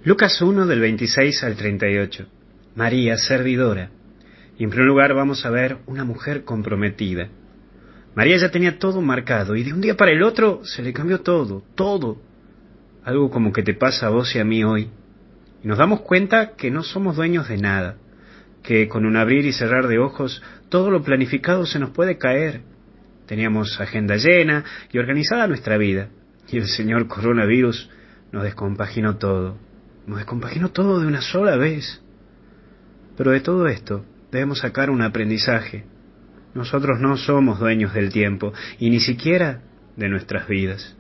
Lucas 1 del 26 al 38. María, servidora. Y en primer lugar vamos a ver una mujer comprometida. María ya tenía todo marcado y de un día para el otro se le cambió todo, todo. Algo como que te pasa a vos y a mí hoy. Y nos damos cuenta que no somos dueños de nada, que con un abrir y cerrar de ojos todo lo planificado se nos puede caer. Teníamos agenda llena y organizada nuestra vida. Y el señor coronavirus nos descompaginó todo. Nos descompaginó todo de una sola vez. Pero de todo esto debemos sacar un aprendizaje. Nosotros no somos dueños del tiempo y ni siquiera de nuestras vidas.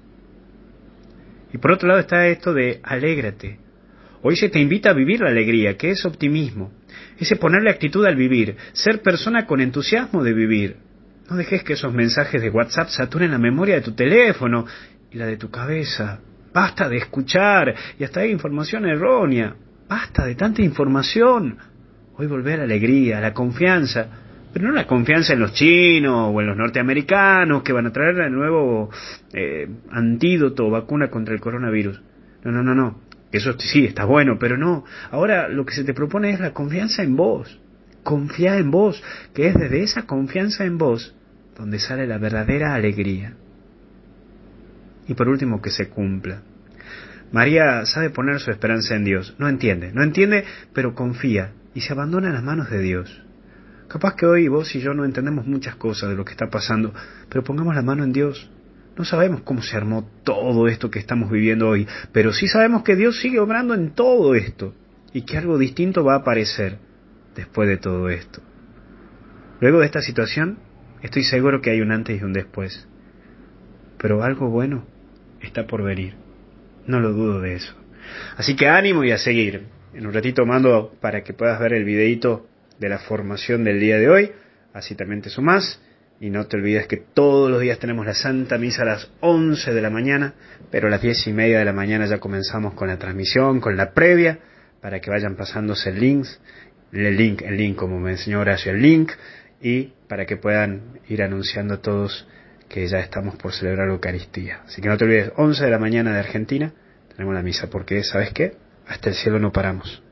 Y por otro lado está esto de alégrate. Hoy se te invita a vivir la alegría, que es optimismo. Ese ponerle actitud al vivir, ser persona con entusiasmo de vivir. No dejes que esos mensajes de WhatsApp saturen la memoria de tu teléfono y la de tu cabeza. Basta de escuchar y hasta hay información errónea. Basta de tanta información. Hoy volver a la alegría, a la confianza, pero no la confianza en los chinos o en los norteamericanos que van a traer el nuevo antídoto o vacuna contra el coronavirus. No. Eso sí, está bueno, pero no. Ahora lo que se te propone es la confianza en vos. Confía en vos, que es desde esa confianza en vos donde sale la verdadera alegría. Y por último, que se cumpla. María sabe poner su esperanza en Dios. No entiende, pero confía y se abandona en las manos de Dios. Capaz que hoy vos y yo no entendemos muchas cosas de lo que está pasando, pero pongamos la mano en Dios. No sabemos cómo se armó todo esto que estamos viviendo hoy, pero sí sabemos que Dios sigue obrando en todo esto y que algo distinto va a aparecer después de todo esto. Luego de esta situación, estoy seguro que hay un antes y un después. Pero algo bueno está por venir. No lo dudo de eso. Así que ánimo y a seguir. En un ratito mando para que puedas ver el videito de la formación del día de hoy. Así también te sumás. Y no te olvides que todos los días tenemos la Santa Misa a las 11 de la mañana. Pero a las 10:30 de la mañana ya comenzamos con la transmisión, con la previa. Para que vayan pasándose el link, como me enseñó Horacio, el link. Y para que puedan ir anunciando todos que ya estamos por celebrar la Eucaristía. Así que no te olvides, 11 de la mañana de Argentina, tenemos la misa, porque ¿sabes qué? Hasta el cielo no paramos.